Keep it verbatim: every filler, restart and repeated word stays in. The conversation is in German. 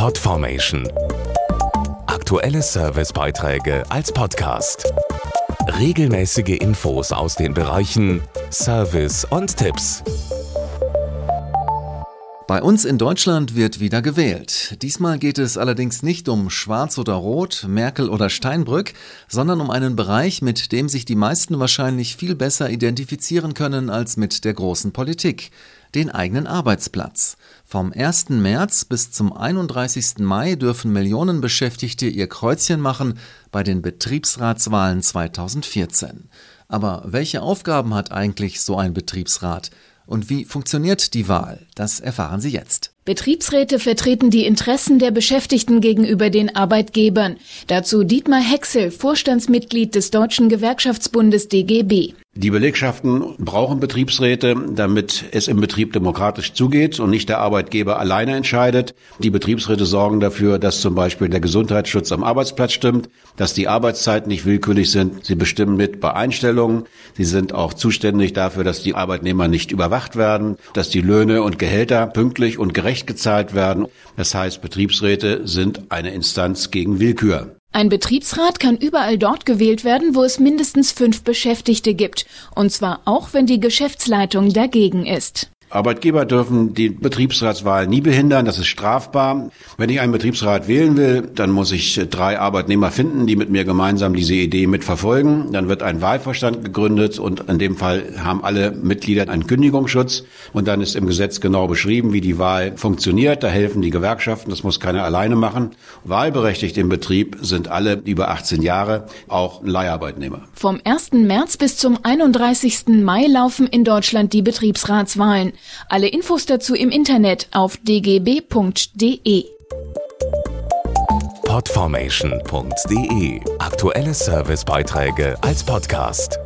Podformation. Aktuelle Servicebeiträge als Podcast. Regelmäßige Infos aus den Bereichen Service und Tipps. Bei uns in Deutschland wird wieder gewählt. Diesmal geht es allerdings nicht um Schwarz oder Rot, Merkel oder Steinbrück, sondern um einen Bereich, mit dem sich die meisten wahrscheinlich viel besser identifizieren können als mit der großen Politik: den eigenen Arbeitsplatz. Vom ersten März bis zum einunddreißigsten Mai dürfen Millionen Beschäftigte ihr Kreuzchen machen bei den Betriebsratswahlen zweitausendvierzehn. Aber welche Aufgaben hat eigentlich so ein Betriebsrat? Und wie funktioniert die Wahl? Das erfahren Sie jetzt. Betriebsräte vertreten die Interessen der Beschäftigten gegenüber den Arbeitgebern. Dazu Dietmar Hexel, Vorstandsmitglied des Deutschen Gewerkschaftsbundes D G B. Die Belegschaften brauchen Betriebsräte, damit es im Betrieb demokratisch zugeht und nicht der Arbeitgeber alleine entscheidet. Die Betriebsräte sorgen dafür, dass zum Beispiel der Gesundheitsschutz am Arbeitsplatz stimmt, dass die Arbeitszeiten nicht willkürlich sind. Sie bestimmen mit bei Einstellungen. Sie sind auch zuständig dafür, dass die Arbeitnehmer nicht überwacht werden, dass die Löhne und Gehälter pünktlich und gerecht gezahlt werden. Das heißt, Betriebsräte sind eine Instanz gegen Willkür. Ein Betriebsrat kann überall dort gewählt werden, wo es mindestens fünf Beschäftigte gibt. Und zwar auch, wenn die Geschäftsleitung dagegen ist. Arbeitgeber dürfen die Betriebsratswahl nie behindern, das ist strafbar. Wenn ich einen Betriebsrat wählen will, dann muss ich drei Arbeitnehmer finden, die mit mir gemeinsam diese Idee mitverfolgen. Dann wird ein Wahlvorstand gegründet und in dem Fall haben alle Mitglieder einen Kündigungsschutz. Und dann ist im Gesetz genau beschrieben, wie die Wahl funktioniert. Da helfen die Gewerkschaften, das muss keiner alleine machen. Wahlberechtigt im Betrieb sind alle über achtzehn Jahre, auch Leiharbeitnehmer. Vom ersten März bis zum einunddreißigsten Mai laufen in Deutschland die Betriebsratswahlen. Alle Infos dazu im Internet auf d g b punkt d e. Podformation punkt d e. Aktuelle Servicebeiträge als Podcast.